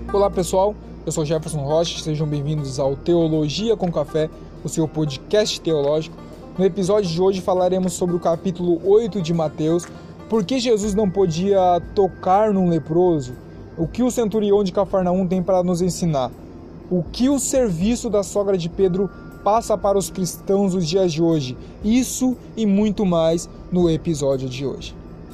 Olá pessoal, eu sou Jefferson Rocha, sejam bem-vindos ao Teologia com Café, o seu podcast teológico. No episódio de hoje falaremos sobre o capítulo 8 de Mateus, por que Jesus não podia tocar num leproso, o que o centurião de Cafarnaum tem para nos ensinar, o que o serviço da sogra de Pedro passa para os cristãos dos dias de hoje, isso e muito mais no episódio de hoje.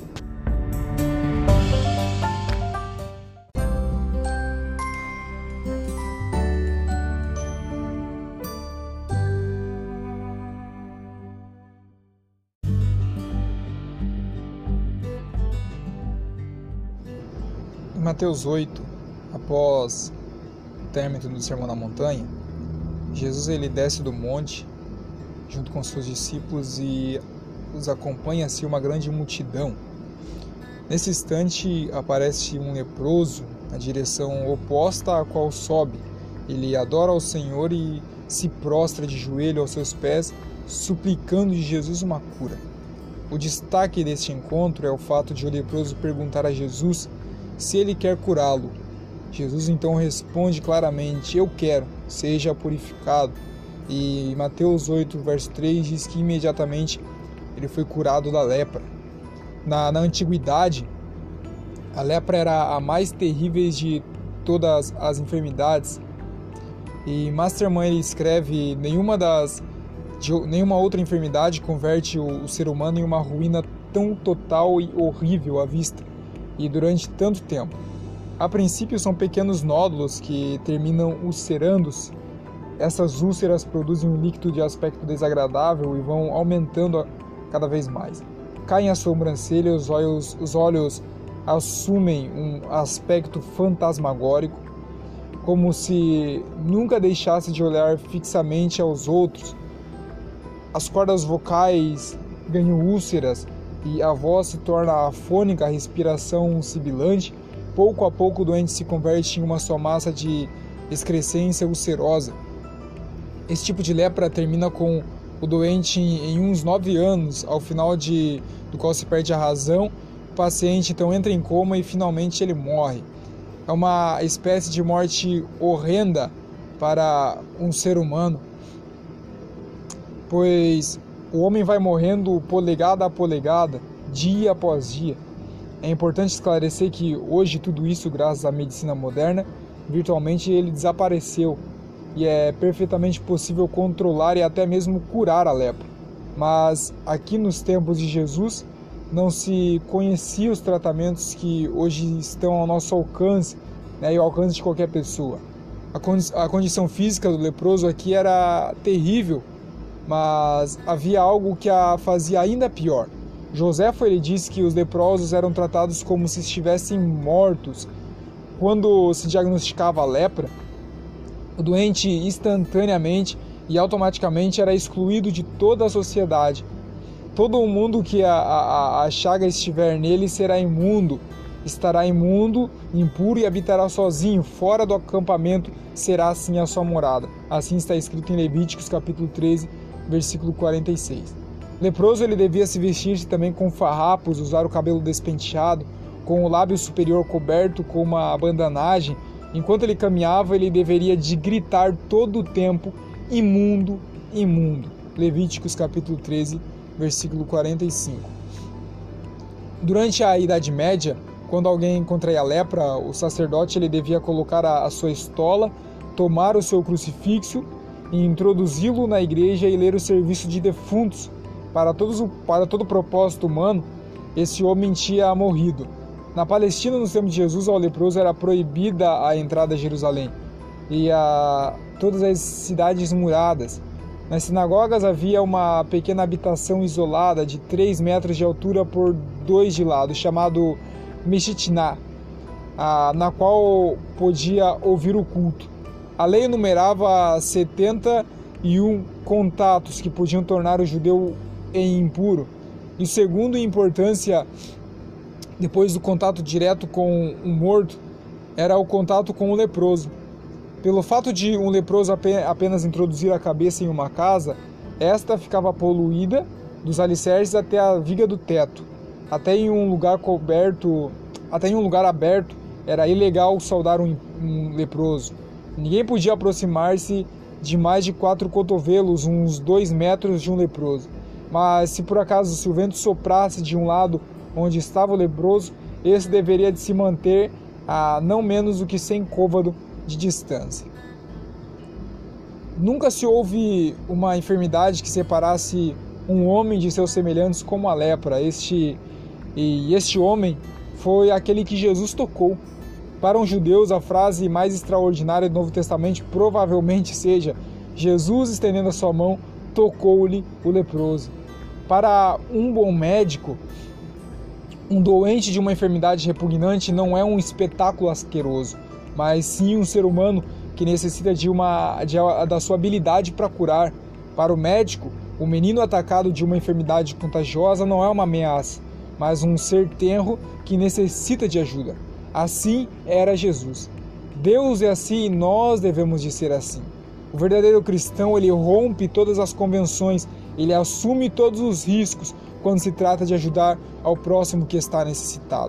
Em Mateus 8, após o término do Sermão na Montanha, Jesus ele desce do monte junto com seus discípulos e os acompanha-se uma grande multidão. Nesse instante aparece um leproso na direção oposta à qual sobe. Ele adora ao Senhor e se prostra de joelho aos seus pés, suplicando de Jesus uma cura. O destaque deste encontro é o fato de o leproso perguntar a Jesus se ele quer curá-lo. Jesus então responde claramente: eu quero, seja purificado. E Mateus 8, verso 3 diz que imediatamente ele foi curado da lepra. Na antiguidade, a lepra era a mais terrível de todas as enfermidades. E Masterman ele escreve: nenhuma outra enfermidade converte o ser humano em uma ruína tão total e horrível à vista e durante tanto tempo. A princípio são pequenos nódulos que terminam ulcerando-se. Essas úlceras produzem um líquido de aspecto desagradável e vão aumentando cada vez mais. Caem as sobrancelhas, os olhos assumem um aspecto fantasmagórico, como se nunca deixasse de olhar fixamente aos outros. As cordas vocais ganham úlceras e a voz se torna afônica, a respiração sibilante. Pouco a pouco o doente se converte em uma só massa de excrescência ulcerosa. Esse tipo de lepra termina com o doente em uns 9 anos, ao final do qual se perde a razão. O paciente então entra em coma e finalmente ele morre. É uma espécie de morte horrenda para um ser humano, pois o homem vai morrendo polegada a polegada, dia após dia. É importante esclarecer que hoje tudo isso, graças à medicina moderna, virtualmente ele desapareceu e é perfeitamente possível controlar e até mesmo curar a lepra. Mas aqui nos tempos de Jesus não se conhecia os tratamentos que hoje estão ao nosso alcance, e ao alcance de qualquer pessoa. A condição física do leproso aqui era terrível, mas havia algo que a fazia ainda pior. Joséfo ele disse que os leprosos eram tratados como se estivessem mortos. Quando se diagnosticava a lepra, o doente instantaneamente e automaticamente era excluído de toda a sociedade. Todo mundo que a chaga estiver nele será imundo, estará imundo, impuro e habitará sozinho, fora do acampamento será assim a sua morada. Assim está escrito em Levíticos capítulo 13, versículo 46. Leproso ele devia se vestir também com farrapos, usar o cabelo despenteado, com o lábio superior coberto com uma bandanagem. Enquanto ele caminhava, ele deveria de gritar todo o tempo: imundo, imundo. Levíticos capítulo 13, versículo 45. Durante a Idade Média, quando alguém contraía a lepra, o sacerdote ele devia colocar a sua estola, tomar o seu crucifixo e introduzi-lo na igreja e ler o serviço de defuntos. Para todo o propósito humano, esse homem tinha morrido. Na Palestina, no tempo de Jesus, ao leproso era proibida a entrada a Jerusalém e a todas as cidades muradas. Nas sinagogas havia uma pequena habitação isolada de 3 metros de altura por 2 de lado, chamado Meshitiná, na qual podia ouvir o culto. A lei enumerava 71 contatos que podiam tornar o judeu impuro. E o segundo em importância, depois do contato direto com um morto, era o contato com o leproso. Pelo fato de um leproso apenas introduzir a cabeça em uma casa, esta ficava poluída dos alicerces até a viga do teto. Até em um lugar aberto era ilegal saudar um leproso. Ninguém podia aproximar-se de mais de 4 cotovelos, uns 2 metros de um leproso. Mas se por acaso o vento soprasse de um lado onde estava o leproso, esse deveria de se manter a não menos do que 100 côvados de distância. Nunca se houve uma enfermidade que separasse um homem de seus semelhantes como a lepra. Este homem foi aquele que Jesus tocou. Para os judeus, a frase mais extraordinária do Novo Testamento provavelmente seja: Jesus, estendendo a sua mão, tocou-lhe o leproso. Para um bom médico, um doente de uma enfermidade repugnante não é um espetáculo asqueroso, mas sim um ser humano que necessita da sua habilidade para curar. Para o médico, o menino atacado de uma enfermidade contagiosa não é uma ameaça, mas um ser tenro que necessita de ajuda. Assim era Jesus. Deus é assim e nós devemos de ser assim. O verdadeiro cristão, ele rompe todas as convenções, ele assume todos os riscos quando se trata de ajudar ao próximo que está necessitado.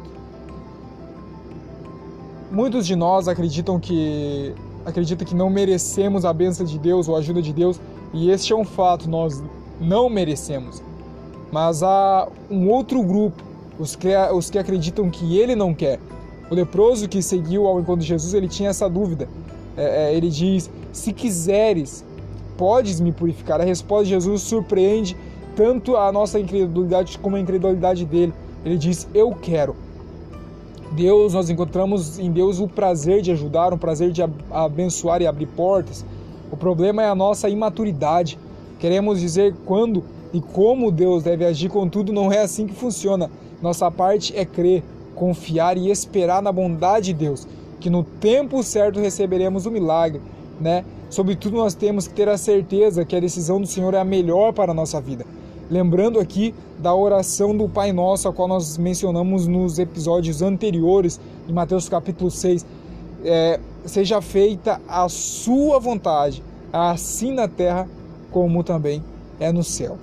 Muitos de nós acreditam que não merecemos a bênção de Deus ou a ajuda de Deus, e este é um fato, nós não merecemos. Mas há um outro grupo, os que acreditam que ele não quer. O leproso que seguiu ao encontro de Jesus, ele tinha essa dúvida. Ele diz: se quiseres, podes me purificar. A resposta de Jesus surpreende tanto a nossa incredulidade como a incredulidade dele. Ele diz: eu quero. Nós encontramos em Deus o prazer de ajudar, o prazer de abençoar e abrir portas. O problema é a nossa imaturidade. Queremos dizer quando e como Deus deve agir, contudo não é assim que funciona. Nossa parte é crer, confiar e esperar na bondade de Deus, que no tempo certo receberemos o milagre, né? Sobretudo nós temos que ter a certeza que a decisão do Senhor é a melhor para a nossa vida. Lembrando aqui da oração do Pai Nosso, a qual nós mencionamos nos episódios anteriores, em Mateus capítulo 6. Seja feita a sua vontade, assim na terra como também é no céu.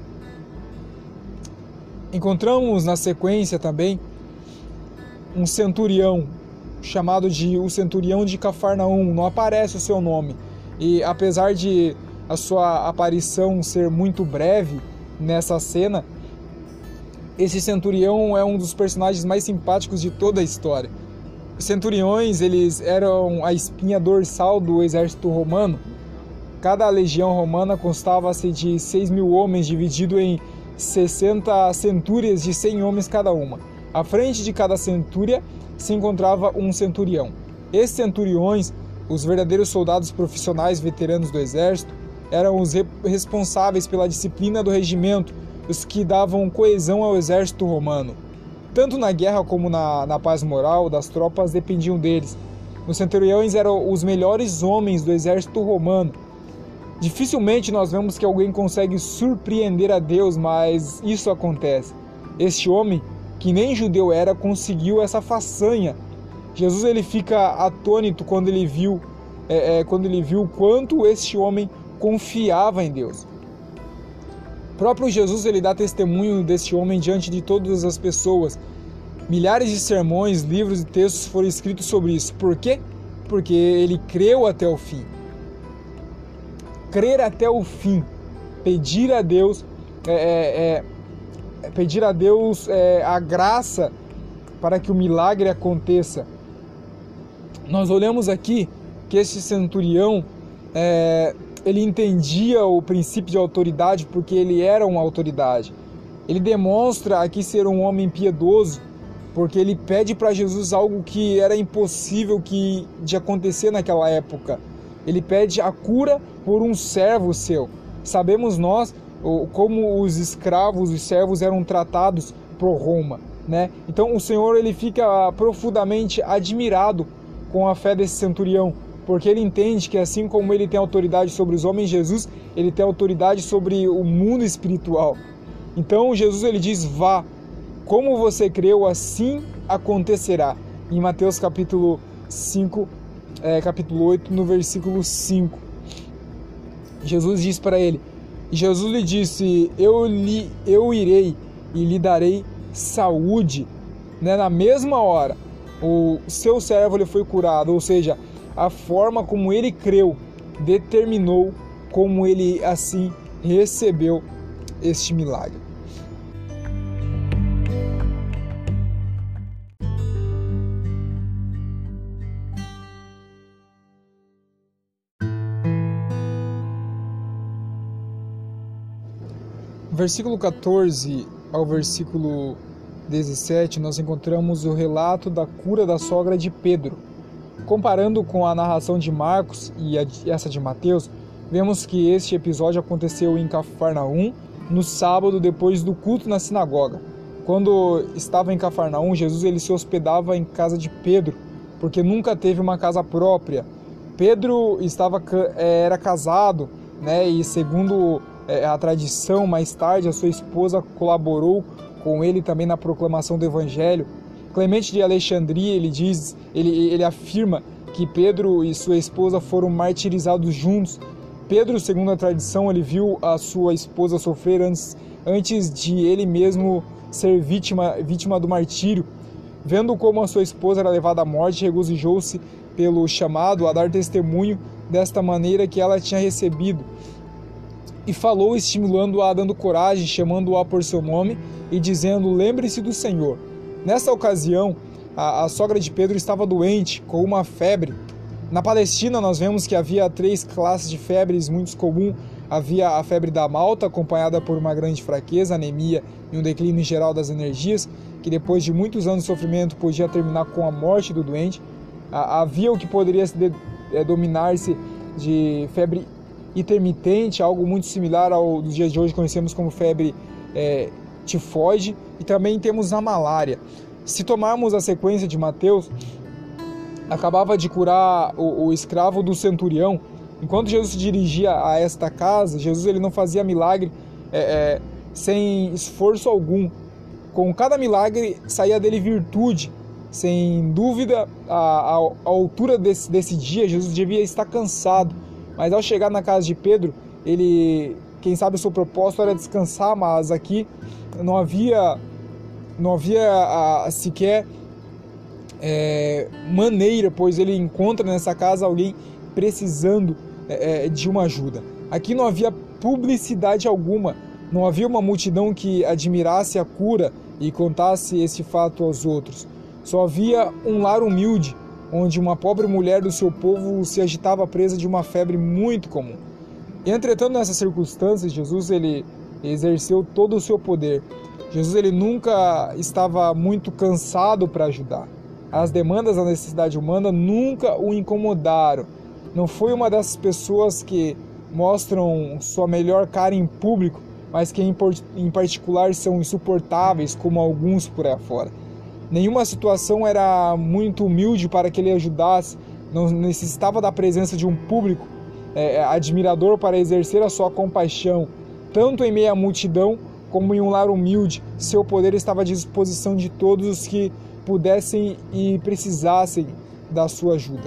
Encontramos na sequência também um centurião, chamado de o centurião de Cafarnaum. Não aparece o seu nome, e apesar de a sua aparição ser muito breve nessa cena, esse centurião é um dos personagens mais simpáticos de toda a história. Os centuriões, eles eram a espinha dorsal do exército romano. Cada legião romana constava-se de 6.000 homens, dividido em 60 centúrias de 100 homens cada uma. À frente de cada centúria se encontrava um centurião. Esses centuriões, os verdadeiros soldados profissionais veteranos do exército, eram os responsáveis pela disciplina do regimento, os que davam coesão ao exército romano. Tanto na guerra como na paz moral das tropas dependiam deles. Os centuriões eram os melhores homens do exército romano. Dificilmente nós vemos que alguém consegue surpreender a Deus, mas isso acontece. Este homem, que nem judeu era, conseguiu essa façanha. Jesus ele fica atônito quando ele viu quanto este homem confiava em Deus. O próprio Jesus ele dá testemunho deste homem diante de todas as pessoas. Milhares de sermões, livros e textos foram escritos sobre isso. Por quê? Porque ele creu até o fim. Crer até o fim, pedir a Deus a graça para que o milagre aconteça. Nós olhamos aqui que esse centurião, ele entendia o princípio de autoridade porque ele era uma autoridade. Ele demonstra aqui ser um homem piedoso porque ele pede para Jesus algo que era impossível de acontecer naquela época. Ele pede a cura por um servo seu. Sabemos nós como os escravos, os servos eram tratados por Roma, né? Então o Senhor ele fica profundamente admirado com a fé desse centurião, porque ele entende que assim como ele tem autoridade sobre os homens, Jesus ele tem autoridade sobre o mundo espiritual. Então Jesus ele diz: vá, como você creu, assim acontecerá. Em Mateus capítulo 5, capítulo 8, no versículo 5. Jesus diz para ele, Jesus lhe disse: eu irei e lhe darei saúde, né? Na mesma hora, o seu servo ele foi curado, ou seja, a forma como ele creu determinou como ele assim recebeu este milagre. Versículo 14 ao versículo 17, nós encontramos o relato da cura da sogra de Pedro. Comparando com a narração de Marcos e essa de Mateus, vemos que este episódio aconteceu em Cafarnaum, no sábado depois do culto na sinagoga. Quando estava em Cafarnaum, Jesus ele se hospedava em casa de Pedro, porque nunca teve uma casa própria. Pedro era casado, né, e segundo a tradição, mais tarde a sua esposa colaborou com ele também na proclamação do Evangelho. Clemente de Alexandria, ele afirma que Pedro e sua esposa foram martirizados juntos. Pedro, segundo a tradição, ele viu a sua esposa sofrer antes de ele mesmo ser vítima do martírio. Vendo como a sua esposa era levada à morte, regozijou-se pelo chamado a dar testemunho desta maneira que ela tinha recebido. E falou, estimulando-a, dando coragem, chamando-a por seu nome e dizendo: lembre-se do Senhor. Nessa ocasião, a sogra de Pedro estava doente, com uma febre. Na Palestina, nós vemos que havia 3 classes de febres muito comuns. Havia a febre da malta, acompanhada por uma grande fraqueza, anemia e um declínio geral das energias, que depois de muitos anos de sofrimento podia terminar com a morte do doente. Havia o que poderia dominar-se de febre intermitente, algo muito similar ao dos dias de hoje conhecemos como febre tifoide, e também temos a malária. Se tomarmos a sequência de Mateus, acabava de curar o escravo do centurião. Enquanto Jesus se dirigia a esta casa, Jesus ele não fazia milagre sem esforço algum. Com cada milagre saía dele virtude. Sem dúvida, a altura desse dia, Jesus devia estar cansado. Mas ao chegar na casa de Pedro, quem sabe o seu propósito era descansar, mas aqui não havia sequer maneira, pois ele encontra nessa casa alguém precisando de uma ajuda. Aqui não havia publicidade alguma, não havia uma multidão que admirasse a cura e contasse esse fato aos outros. Só havia um lar humilde, onde uma pobre mulher do seu povo se agitava presa de uma febre muito comum. E, entretanto, nessas circunstâncias, Jesus ele exerceu todo o seu poder. Jesus ele nunca estava muito cansado para ajudar. As demandas da necessidade humana nunca o incomodaram. Não foi uma dessas pessoas que mostram sua melhor cara em público, mas que em particular são insuportáveis, como alguns por aí fora. Nenhuma situação era muito humilde para que ele ajudasse, não necessitava da presença de um público admirador para exercer a sua compaixão. Tanto em meio à multidão como em um lar humilde, seu poder estava à disposição de todos os que pudessem e precisassem da sua ajuda.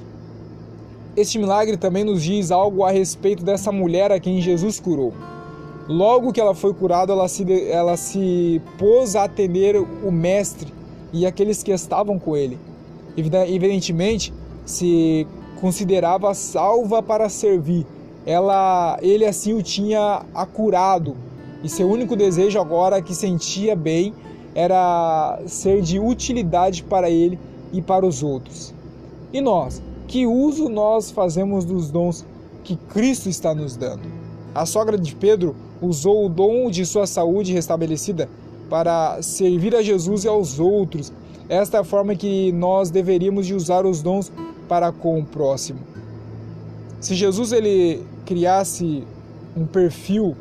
Este milagre também nos diz algo a respeito dessa mulher a quem Jesus curou. Logo que ela foi curada, ela se pôs a atender o mestre e aqueles que estavam com ele. Evidentemente, se considerava salva para servir. Ele assim o tinha curado, e seu único desejo agora, que sentia bem, era ser de utilidade para ele e para os outros. E nós? Que uso nós fazemos dos dons que Cristo está nos dando? A sogra de Pedro usou o dom de sua saúde restabelecida para servir a Jesus e aos outros. Esta é a forma que nós deveríamos de usar os dons para com o próximo. Se Jesus ele criasse um perfil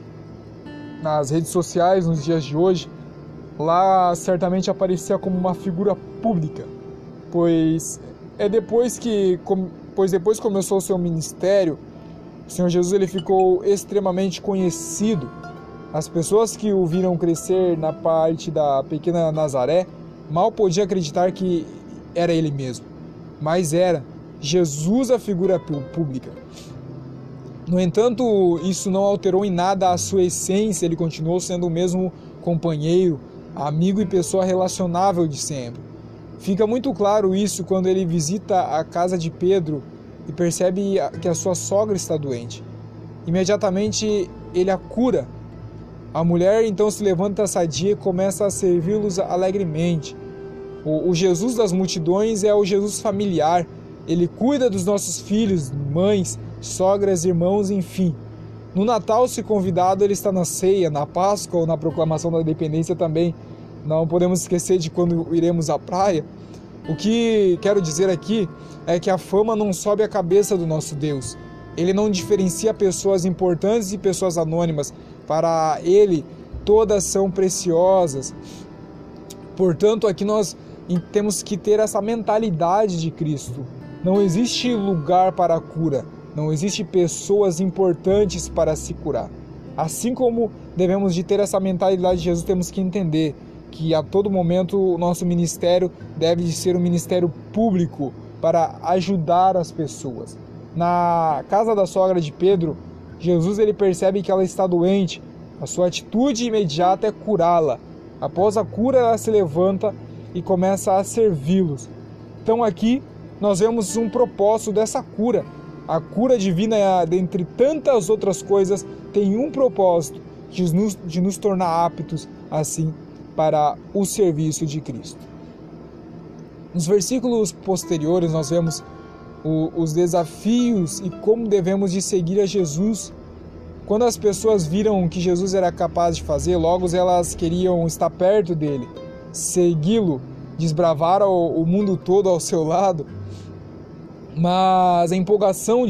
nas redes sociais nos dias de hoje, lá certamente aparecia como uma figura pública, pois depois que começou o seu ministério, o Senhor Jesus ele ficou extremamente conhecido. As pessoas que o viram crescer na parte da pequena Nazaré mal podiam acreditar que era ele mesmo, mas era Jesus a figura pública. No entanto, isso não alterou em nada a sua essência, ele continuou sendo o mesmo companheiro, amigo e pessoa relacionável de sempre. Fica muito claro isso quando ele visita a casa de Pedro e percebe que a sua sogra está doente. Imediatamente ele a cura. A mulher então se levanta sadia e começa a servi-los alegremente. O Jesus das multidões é o Jesus familiar. Ele cuida dos nossos filhos, mães, sogras, irmãos, enfim. No Natal, se convidado, ele está na ceia, na Páscoa ou na proclamação da independência também. Não podemos esquecer de quando iremos à praia. O que quero dizer aqui é que a fama não sobe a cabeça do nosso Deus. Ele não diferencia pessoas importantes e pessoas anônimas. Para ele, todas são preciosas. Portanto, aqui nós temos que ter essa mentalidade de Cristo. Não existe lugar para a cura. Não existe pessoas importantes para se curar. Assim como devemos de ter essa mentalidade de Jesus, temos que entender que a todo momento o nosso ministério deve de ser um ministério público para ajudar as pessoas. Na casa da sogra de Pedro, Jesus ele percebe que ela está doente. A sua atitude imediata é curá-la. Após a cura, ela se levanta e começa a servi-los. Então aqui nós vemos um propósito dessa cura. A cura divina, dentre tantas outras coisas, tem um propósito de nos tornar aptos assim para o serviço de Cristo. Nos versículos posteriores nós vemos os desafios e como devemos de seguir a Jesus. Quando as pessoas viram que Jesus era capaz de fazer, logo elas queriam estar perto dele, segui-lo, desbravar o mundo todo ao seu lado. Mas a empolgação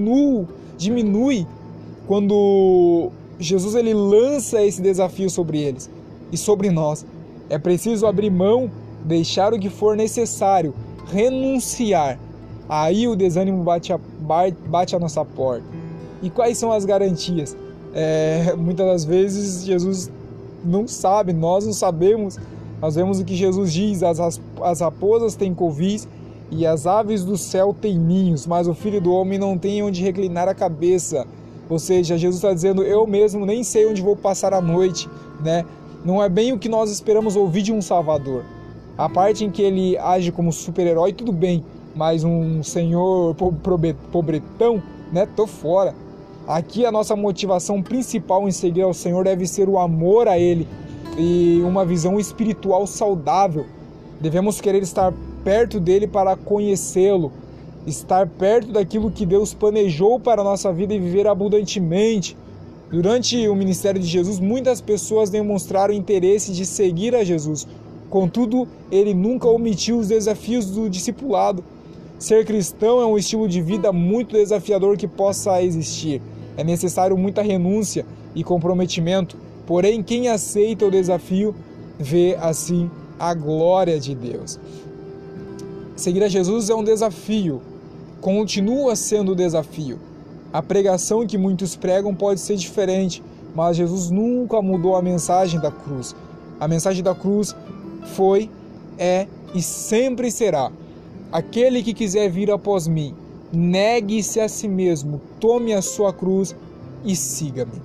diminui quando Jesus ele lança esse desafio sobre eles e sobre nós. É preciso abrir mão, deixar o que for necessário, renunciar. Aí o desânimo bate a nossa porta. E quais são as garantias? Muitas das vezes Jesus não sabe, nós não sabemos. Nós vemos o que Jesus diz: as raposas têm covis e as aves do céu têm ninhos, mas o Filho do Homem não tem onde reclinar a cabeça. Ou seja, Jesus está dizendo: eu mesmo nem sei onde vou passar a noite, né? Não é bem o que nós esperamos ouvir de um Salvador. A parte em que ele age como super-herói, tudo bem, mas um senhor pobretão, né? Tô fora. Aqui a nossa motivação principal em seguir ao Senhor deve ser o amor a Ele e uma visão espiritual saudável. Devemos querer estar perto dele para conhecê-lo, estar perto daquilo que Deus planejou para a nossa vida e viver abundantemente. Durante o ministério de Jesus, muitas pessoas demonstraram interesse de seguir a Jesus. Contudo, ele nunca omitiu os desafios do discipulado. Ser cristão é um estilo de vida muito desafiador que possa existir. É necessário muita renúncia e comprometimento, porém quem aceita o desafio vê assim a glória de Deus. Seguir a Jesus é um desafio, continua sendo um desafio. A pregação que muitos pregam pode ser diferente, mas Jesus nunca mudou a mensagem da cruz. A mensagem da cruz foi, é e sempre será: aquele que quiser vir após mim, negue-se a si mesmo, tome a sua cruz e siga-me.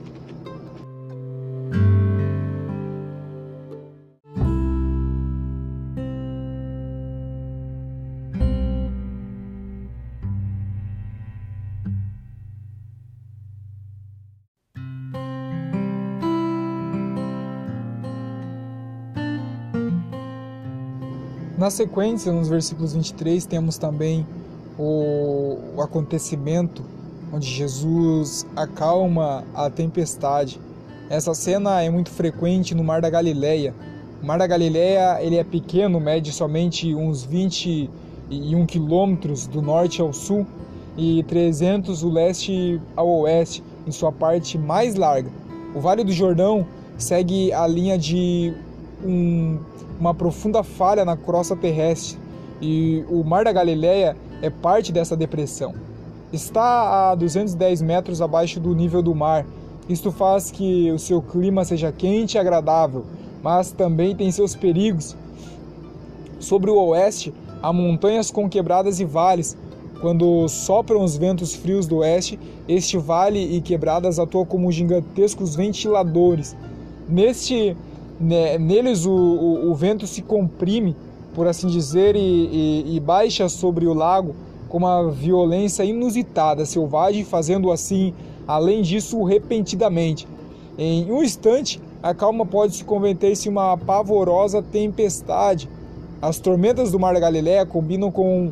Na sequência, nos versículos 23, temos também o acontecimento onde Jesus acalma a tempestade. Essa cena é muito frequente no Mar da Galileia. O Mar da Galileia ele é pequeno, mede somente uns 21 quilômetros do norte ao sul e 300 do leste ao oeste, em sua parte mais larga. O Vale do Jordão segue a linha de uma profunda falha na crosta terrestre e o Mar da Galileia é parte dessa depressão. Está a 210 metros abaixo do nível do mar. Isto faz que o seu clima seja quente e agradável, mas também tem seus perigos. Sobre o oeste, há montanhas com quebradas e vales. Quando sopram os ventos frios do oeste, este vale e quebradas atuam como gigantescos ventiladores. Neles o vento se comprime por assim dizer, e baixa sobre o lago com uma violência inusitada, selvagem, fazendo assim, além disso, repentinamente. Em um instante, a calma pode se converter-se em uma pavorosa tempestade. As tormentas do Mar da Galileia combinam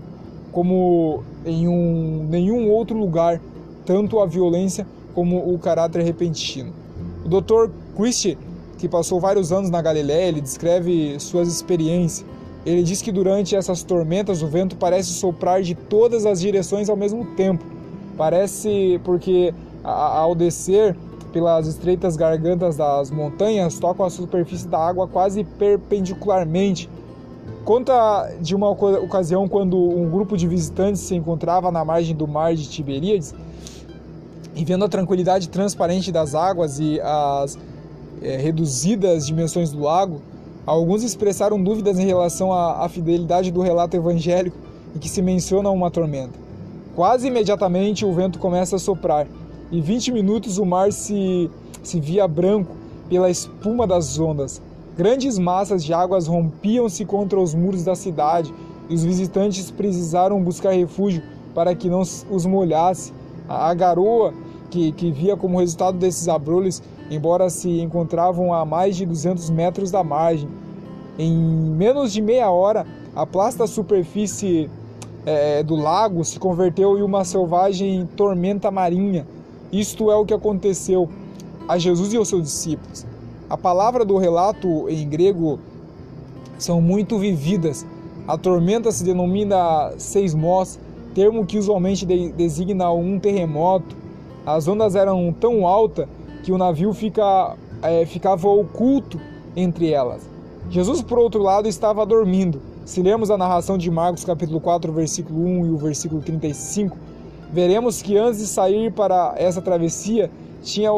como em nenhum outro lugar, tanto a violência como o caráter repentino. O Dr. Christie, que passou vários anos na Galileia, ele descreve suas experiências. Ele diz que durante essas tormentas o vento parece soprar de todas as direções ao mesmo tempo. Parece porque ao descer pelas estreitas gargantas das montanhas, tocam a superfície da água quase perpendicularmente. Conta de uma ocasião quando um grupo de visitantes se encontrava na margem do mar de Tiberíades e vendo a tranquilidade transparente das águas e as reduzidas dimensões do lago, alguns expressaram dúvidas em relação à fidelidade do relato evangélico em que se menciona uma tormenta. Quase imediatamente o vento começa a soprar. Em 20 minutos o mar se via branco pela espuma das ondas. Grandes massas de águas rompiam-se contra os muros da cidade e os visitantes precisaram buscar refúgio para que não os molhasse. A garoa que via como resultado desses abrolhos, embora se encontravam a mais de 200 metros da margem. Em menos de meia hora, a plácida superfície do lago se converteu em uma selvagem tormenta marinha. Isto é o que aconteceu a Jesus e aos seus discípulos. A palavra do relato em grego são muito vividas. A tormenta se denomina seismos, termo que usualmente designa um terremoto. As ondas eram tão altas que o navio ficava oculto entre elas. Jesus, por outro lado, estava dormindo. Se lermos a narração de Marcos capítulo 4, versículo 1 e o versículo 35, veremos que antes de sair para essa travessia, tinha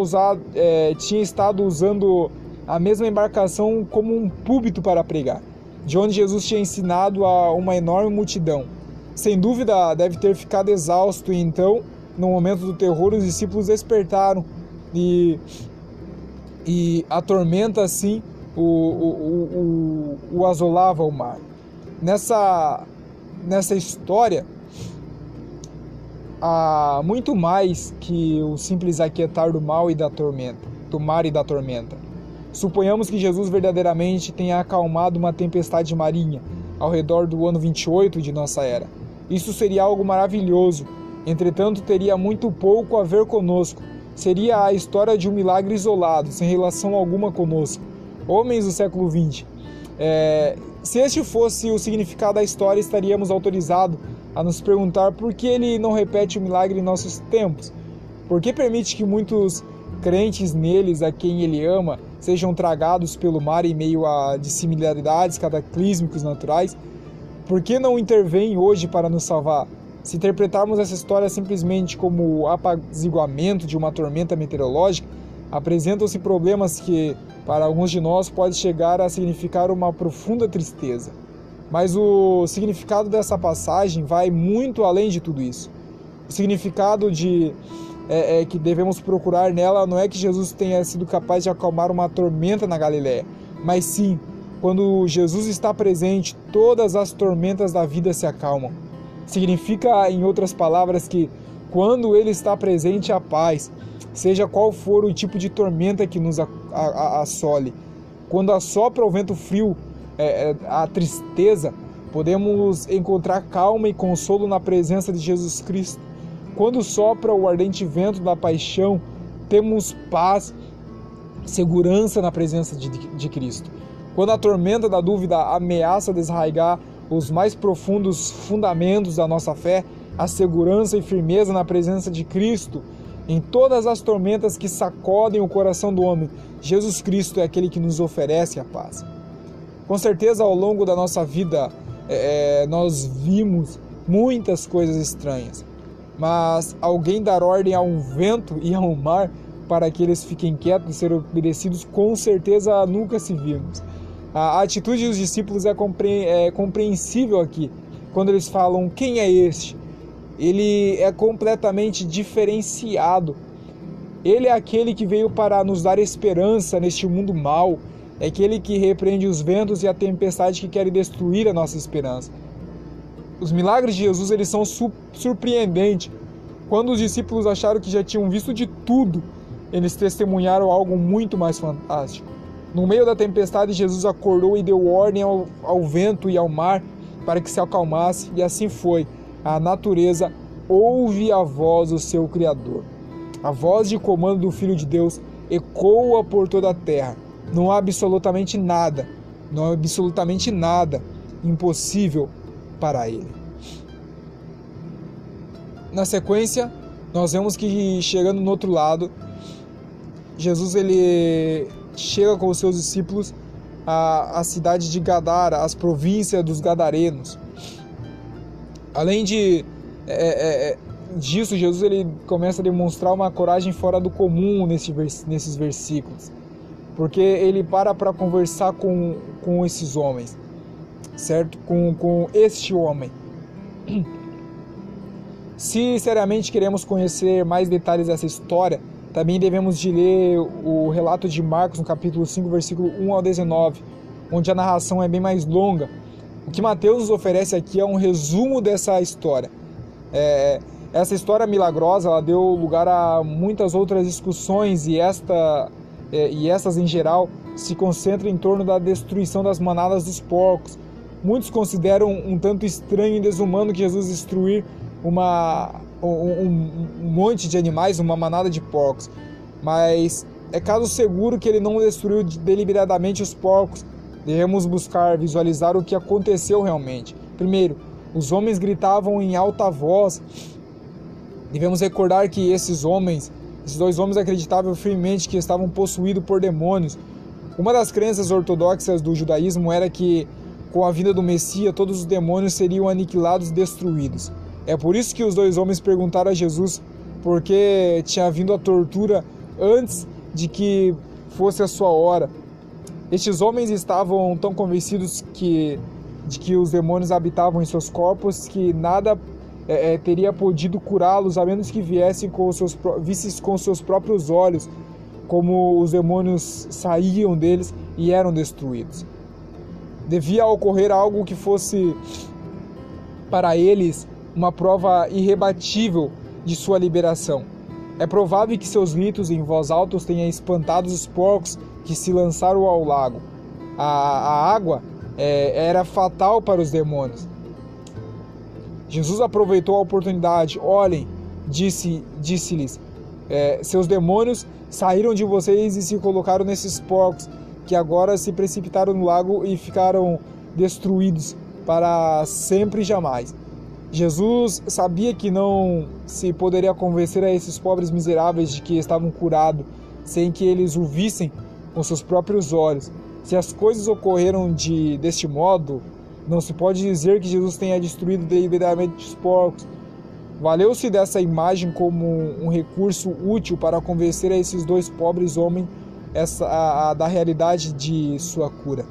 estado usando a mesma embarcação como um púlpito para pregar, de onde Jesus tinha ensinado a uma enorme multidão. Sem dúvida, deve ter ficado exausto, e então, no momento do terror, os discípulos despertaram e a tormenta, assim, o asolava o mar. Nessa história, há muito mais que o simples aquietar do mar e da tormenta. Suponhamos que Jesus verdadeiramente tenha acalmado uma tempestade marinha ao redor do ano 28 de nossa era. Isso seria algo maravilhoso, entretanto teria muito pouco a ver conosco. Seria a história de um milagre isolado, sem relação alguma conosco, homens do século XX. Se este fosse o significado da história, estaríamos autorizados a nos perguntar por que ele não repete o milagre em nossos tempos. Por que permite que muitos crentes neles, a quem ele ama, sejam tragados pelo mar em meio a dissimilaridades cataclísmicos naturais? Por que não intervém hoje para nos salvar? Se interpretarmos essa história simplesmente como o apaziguamento de uma tormenta meteorológica, apresentam-se problemas que, para alguns de nós, pode chegar a significar uma profunda tristeza. Mas o significado dessa passagem vai muito além de tudo isso. O significado que devemos procurar nela não é que Jesus tenha sido capaz de acalmar uma tormenta na Galileia, mas sim, quando Jesus está presente, todas as tormentas da vida se acalmam. Significa, em outras palavras, que quando Ele está presente, a paz, seja qual for o tipo de tormenta que nos assole. Quando assopra o vento frio, a tristeza, podemos encontrar calma e consolo na presença de Jesus Cristo. Quando sopra o ardente vento da paixão, temos paz, segurança na presença de Cristo. Quando a tormenta da dúvida ameaça desarraigar os mais profundos fundamentos da nossa fé, a segurança e firmeza na presença de Cristo. Em todas as tormentas que sacodem o coração do homem, Jesus Cristo é aquele que nos oferece a paz. Com certeza, ao longo da nossa vida, nós vimos muitas coisas estranhas, mas alguém dar ordem a um vento e a um mar para que eles fiquem quietos e serem obedecidos, com certeza nunca se vimos. A atitude dos discípulos é compreensível aqui, quando eles falam: quem é este? Ele é completamente diferenciado. Ele é aquele que veio para nos dar esperança neste mundo mau. é aquele que repreende os ventos e a tempestade que querem destruir a nossa esperança. Os milagres de Jesus, eles são surpreendentes. Quando os discípulos acharam que já tinham visto de tudo, eles testemunharam algo muito mais fantástico. No meio da tempestade, Jesus acordou e deu ordem ao vento e ao mar para que se acalmasse, e assim foi. A natureza ouve a voz do seu Criador. A voz de comando do Filho de Deus ecoa por toda a terra. Não há absolutamente nada impossível para ele. Na sequência, nós vemos que chegando no outro lado, Jesus ele chega com os seus discípulos à cidade de Gadara, às províncias dos Gadarenos. Além disso, Jesus ele começa a demonstrar uma coragem fora do comum nesses versículos, porque ele para conversar com esses homens, certo? Com este homem. Se seriamente queremos conhecer mais detalhes dessa história, também devemos de ler o relato de Marcos no capítulo 5, versículo 1 ao 19, onde a narração é bem mais longa. O que Mateus nos oferece aqui é um resumo dessa história. Essa história milagrosa ela deu lugar a muitas outras discussões e essas em geral se concentram em torno da destruição das manadas dos porcos. Muitos consideram um tanto estranho e desumano que Jesus destruir um monte de animais, uma manada de porcos, mas é caso seguro que ele não destruiu deliberadamente os porcos. Devemos buscar visualizar o que aconteceu realmente. Primeiro, os homens gritavam em alta voz. Devemos recordar que esses dois homens acreditavam firmemente que estavam possuídos por demônios. Uma das crenças ortodoxas do judaísmo era que, com a vinda do Messias, todos os demônios seriam aniquilados e destruídos. É por isso que os dois homens perguntaram a Jesus por que tinha vindo a tortura antes de que fosse a sua hora. Estes homens estavam tão convencidos de que os demônios habitavam em seus corpos que nada teria podido curá-los, a menos que vissem com seus próprios olhos como os demônios saíam deles e eram destruídos. Devia ocorrer algo que fosse para eles uma prova irrebatível de sua liberação. É provável que seus gritos em voz alta tenham espantado os porcos que se lançaram ao lago. A água era fatal para os demônios. Jesus aproveitou a oportunidade. Olhem, disse-lhes, seus demônios saíram de vocês e se colocaram nesses porcos, que agora se precipitaram no lago e ficaram destruídos para sempre e jamais. Jesus sabia que não se poderia convencer a esses pobres miseráveis de que estavam curados sem que eles o vissem com seus próprios olhos. Se as coisas ocorreram deste modo, não se pode dizer que Jesus tenha destruído deliberadamente os porcos. Valeu-se dessa imagem como um recurso útil para convencer a esses dois pobres homens da realidade de sua cura.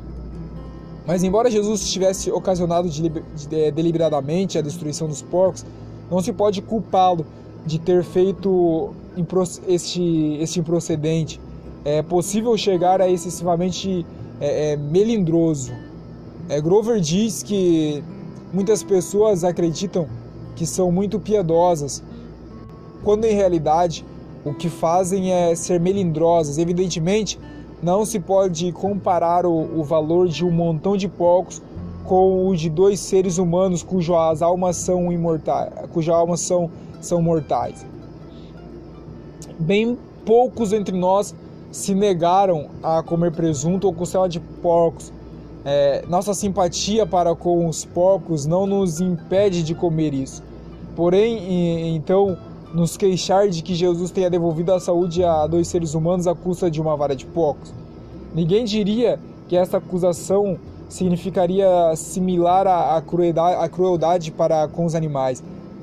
Mas embora Jesus tivesse ocasionado deliberadamente a destruição dos porcos, não se pode culpá-lo de ter feito este improcedente. É possível chegar a excessivamente melindroso. Grover diz que muitas pessoas acreditam que são muito piedosas, quando em realidade o que fazem é ser melindrosas. Evidentemente, não se pode comparar o valor de um montão de porcos com o de dois seres humanos cujas almas são mortais. Bem poucos entre nós se negaram a comer presunto ou costela de porcos. Nossa simpatia para com os porcos não nos impede de comer isso. Porém, então, nos queixar de que Jesus tenha devolvido a saúde a dois seres humanos à custa de uma vara de porcos. Ninguém diria que esta acusação significaria similar à crueldade para com os animais.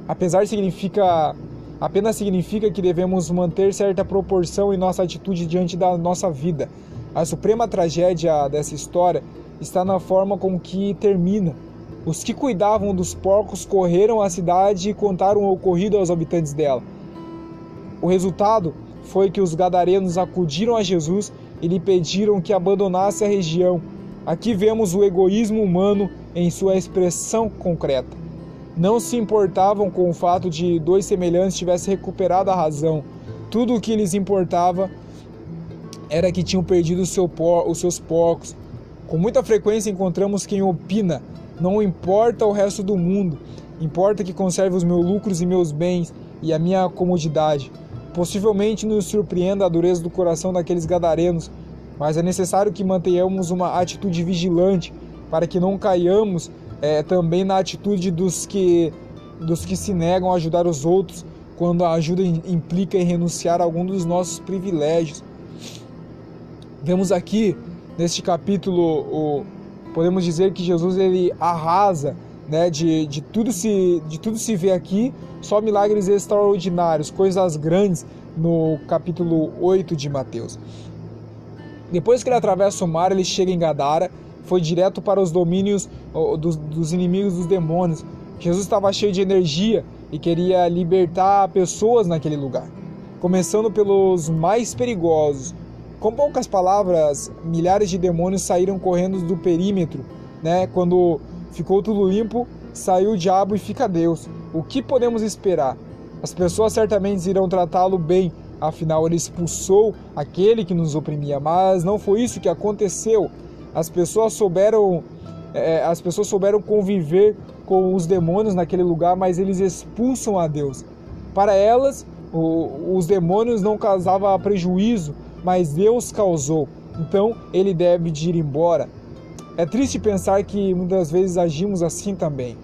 Apenas significa que devemos manter certa proporção em nossa atitude diante da nossa vida. A suprema tragédia dessa história está na forma com que termina. Os que cuidavam dos porcos correram à cidade e contaram o ocorrido aos habitantes dela. O resultado foi que os gadarenos acudiram a Jesus e lhe pediram que abandonasse a região. Aqui vemos o egoísmo humano em sua expressão concreta. Não se importavam com o fato de dois semelhantes tivessem recuperado a razão. Tudo o que lhes importava era que tinham perdido os seus porcos. Com muita frequência encontramos quem opina: não importa o resto do mundo, importa que conserve os meus lucros e meus bens e a minha comodidade. Possivelmente nos surpreenda a dureza do coração daqueles gadarenos, mas é necessário que mantenhamos uma atitude vigilante para que não caiamos também na atitude dos que se negam a ajudar os outros, quando a ajuda implica em renunciar a algum dos nossos privilégios. Vemos aqui, neste capítulo, podemos dizer que Jesus ele arrasa, né, de tudo se vê aqui, só milagres extraordinários, coisas grandes, no capítulo 8 de Mateus. Depois que ele atravessa o mar, ele chega em Gadara, foi direto para os domínios dos inimigos dos demônios. Jesus estava cheio de energia e queria libertar pessoas naquele lugar, começando pelos mais perigosos. Com poucas palavras, milhares de demônios saíram correndo do perímetro, né? Quando ficou tudo limpo, saiu o diabo e fica Deus. O que podemos esperar? As pessoas certamente irão tratá-lo bem, afinal ele expulsou aquele que nos oprimia, mas não foi isso que aconteceu. As pessoas souberam conviver com os demônios naquele lugar, mas eles expulsam a Deus. Para elas, os demônios não causavam prejuízo, mas Deus causou. Então, ele deve de ir embora. É triste pensar que muitas vezes agimos assim também.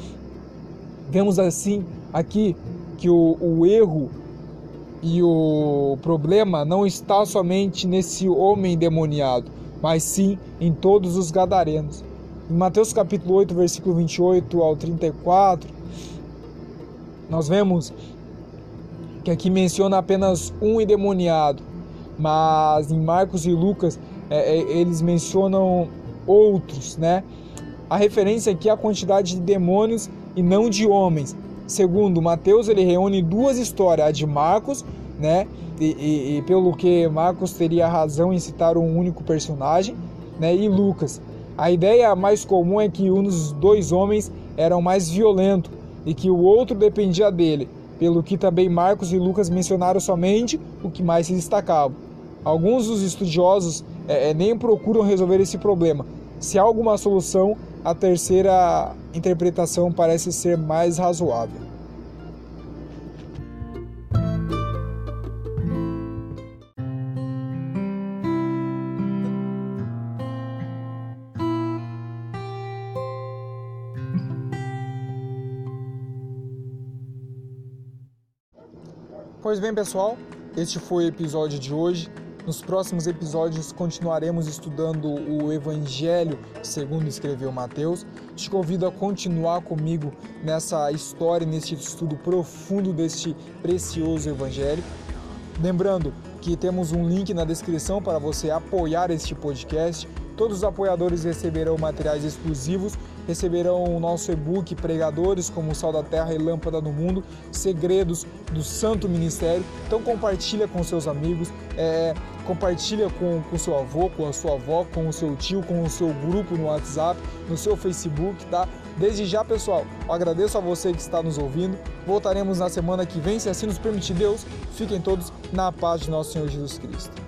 Vemos assim aqui que o erro e o problema não está somente nesse homem endemoniado, mas sim em todos os gadarenos. Em Mateus capítulo 8, versículo 28 ao 34, nós vemos que aqui menciona apenas um endemoniado, mas em Marcos e Lucas eles mencionam outros, né? A referência aqui é a quantidade de demônios e não de homens. Segundo Mateus, ele reúne duas histórias, a de Marcos, né? E pelo que Marcos teria razão em citar um único personagem, né? E Lucas. A ideia mais comum é que um dos dois homens era o mais violento e que o outro dependia dele, pelo que também Marcos e Lucas mencionaram somente o que mais se destacava. Alguns dos estudiosos nem procuram resolver esse problema. Se há alguma solução, a terceira interpretação parece ser mais razoável. Pois bem, pessoal, este foi o episódio de hoje. Nos próximos episódios continuaremos estudando o Evangelho segundo escreveu Mateus. Te convido a continuar comigo nessa história, nesse estudo profundo deste precioso Evangelho. Lembrando que temos um link na descrição para você apoiar este podcast. Todos os apoiadores receberão materiais exclusivos, receberão o nosso e-book Pregadores como Sal da Terra e Lâmpada do Mundo, Segredos do Santo Ministério. Então compartilha com seus amigos, compartilha com seu avô, com a sua avó, com o seu tio, com o seu grupo no WhatsApp, no seu Facebook, tá? Desde já, pessoal, eu agradeço a você que está nos ouvindo. Voltaremos na semana que vem, se assim nos permitir Deus. Fiquem todos na paz de nosso Senhor Jesus Cristo.